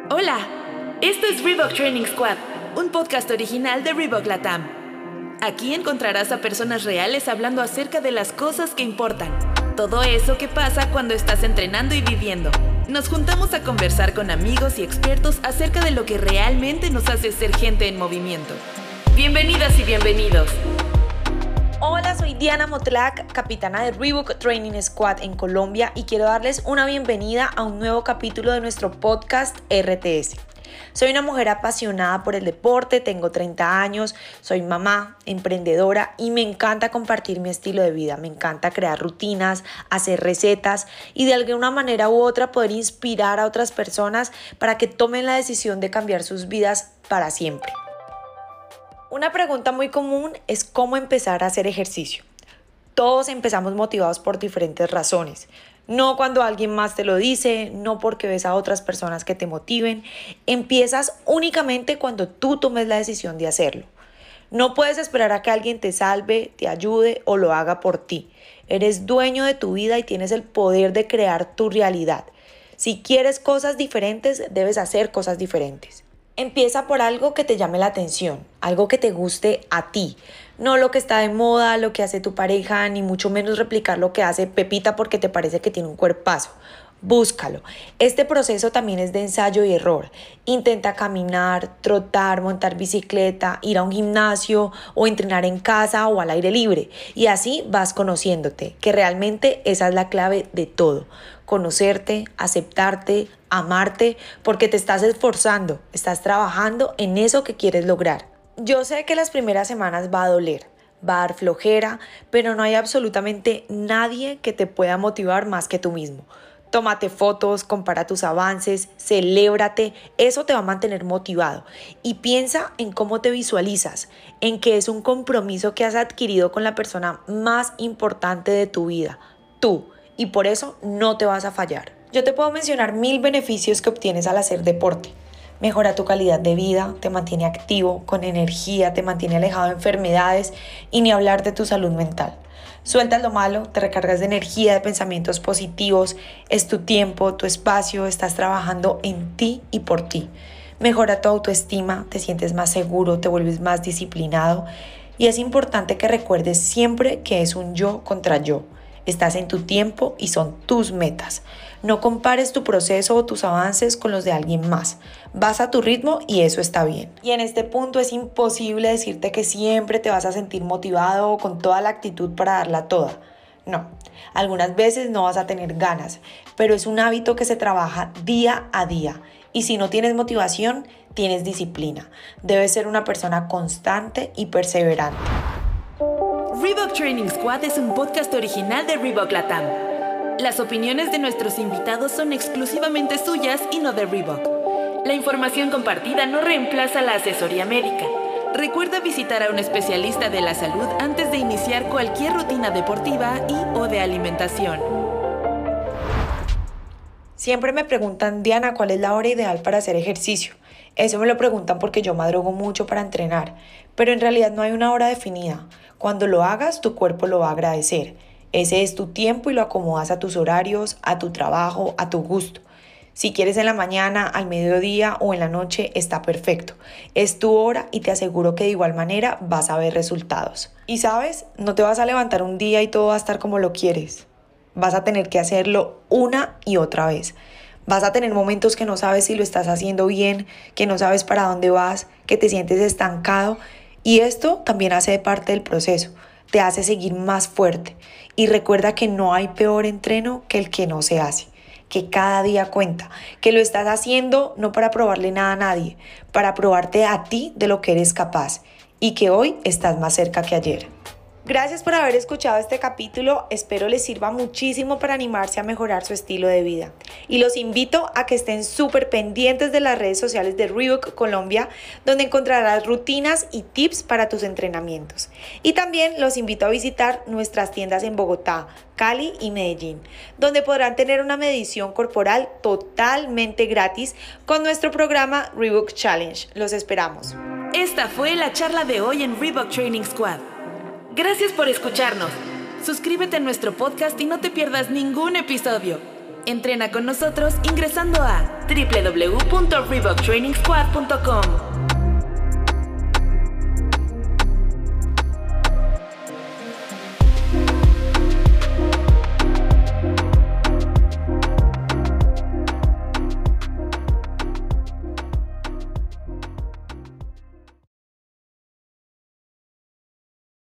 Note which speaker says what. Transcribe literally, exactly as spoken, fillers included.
Speaker 1: Hola, esto es Reebok Training Squad, un podcast original de Reebok Latam. Aquí encontrarás a personas reales hablando acerca de las cosas que importan. Todo eso que pasa cuando estás entrenando y viviendo. Nos juntamos a conversar con amigos y expertos acerca de lo que realmente nos hace ser gente en movimiento. Bienvenidas y bienvenidos.
Speaker 2: Hola, soy Diana Motlac, capitana de Reebok Training Squad en Colombia y quiero darles una bienvenida a un nuevo capítulo de nuestro podcast R T S. Soy una mujer apasionada por el deporte, tengo treinta años, soy mamá, emprendedora y me encanta compartir mi estilo de vida. Me encanta crear rutinas, hacer recetas y de alguna manera u otra poder inspirar a otras personas para que tomen la decisión de cambiar sus vidas para siempre. Una pregunta muy común es cómo empezar a hacer ejercicio. Todos empezamos motivados por diferentes razones. No cuando alguien más te lo dice, no porque ves a otras personas que te motiven. Empiezas únicamente cuando tú tomes la decisión de hacerlo. No puedes esperar a que alguien te salve, te ayude o lo haga por ti. Eres dueño de tu vida y tienes el poder de crear tu realidad. Si quieres cosas diferentes, debes hacer cosas diferentes. Empieza por algo que te llame la atención, algo que te guste a ti. No lo que está de moda, lo que hace tu pareja, ni mucho menos replicar lo que hace Pepita porque te parece que tiene un cuerpazo. Búscalo. Este proceso también es de ensayo y error. Intenta caminar, trotar, montar bicicleta, ir a un gimnasio o entrenar en casa o al aire libre. Y así vas conociéndote, que realmente esa es la clave de todo. Conocerte, aceptarte, amarte, porque te estás esforzando, estás trabajando en eso que quieres lograr. Yo sé que las primeras semanas va a doler, va a dar flojera, pero no hay absolutamente nadie que te pueda motivar más que tú mismo. Tómate fotos, compara tus avances, celébrate, eso te va a mantener motivado. Y piensa en cómo te visualizas, en que es un compromiso que has adquirido con la persona más importante de tu vida, tú, y por eso no te vas a fallar. Yo te puedo mencionar mil beneficios que obtienes al hacer deporte. Mejora tu calidad de vida, te mantiene activo, con energía, te mantiene alejado de enfermedades y ni hablar de tu salud mental. Sueltas lo malo, te recargas de energía, de pensamientos positivos, es tu tiempo, tu espacio, estás trabajando en ti y por ti. Mejora tu autoestima, te sientes más seguro, te vuelves más disciplinado y es importante que recuerdes siempre que es un yo contra yo. Estás en tu tiempo y son tus metas. No compares tu proceso o tus avances con los de alguien más. Vas a tu ritmo y eso está bien. Y en este punto es imposible decirte que siempre te vas a sentir motivado o con toda la actitud para darla toda. No, algunas veces no vas a tener ganas, pero es un hábito que se trabaja día a día. Y si no tienes motivación, tienes disciplina. Debes ser una persona constante y perseverante.
Speaker 1: Reebok Training Squad es un podcast original de Reebok Latam. Las opiniones de nuestros invitados son exclusivamente suyas y no de Reebok. La información compartida no reemplaza la asesoría médica. Recuerda visitar a un especialista de la salud antes de iniciar cualquier rutina deportiva y o de alimentación.
Speaker 2: Siempre me preguntan, Diana, ¿cuál es la hora ideal para hacer ejercicio? Eso me lo preguntan porque yo madrugo mucho para entrenar, pero en realidad no hay una hora definida. Cuando lo hagas, tu cuerpo lo va a agradecer. Ese es tu tiempo y lo acomodas a tus horarios, a tu trabajo, a tu gusto. Si quieres en la mañana, al mediodía o en la noche, está perfecto. Es tu hora y te aseguro que de igual manera vas a ver resultados. Y sabes, no te vas a levantar un día y todo va a estar como lo quieres. Vas a tener que hacerlo una y otra vez. Vas a tener momentos que no sabes si lo estás haciendo bien, que no sabes para dónde vas, que te sientes estancado. Y esto también hace parte del proceso. Te hace seguir más fuerte. Y recuerda que no hay peor entreno que el que no se hace. Que cada día cuenta. Que lo estás haciendo no para probarle nada a nadie, para probarte a ti de lo que eres capaz. Y que hoy estás más cerca que ayer. Gracias por haber escuchado este capítulo, espero les sirva muchísimo para animarse a mejorar su estilo de vida. Y los invito a que estén súper pendientes de las redes sociales de Reebok Colombia, donde encontrarás rutinas y tips para tus entrenamientos. Y también los invito a visitar nuestras tiendas en Bogotá, Cali y Medellín, donde podrán tener una medición corporal totalmente gratis con nuestro programa Reebok Challenge. Los esperamos.
Speaker 1: Esta fue la charla de hoy en Reebok Training Squad. Gracias por escucharnos. Suscríbete a nuestro podcast y no te pierdas ningún episodio. Entrena con nosotros ingresando a doble u doble u doble u punto reebok training squad punto com.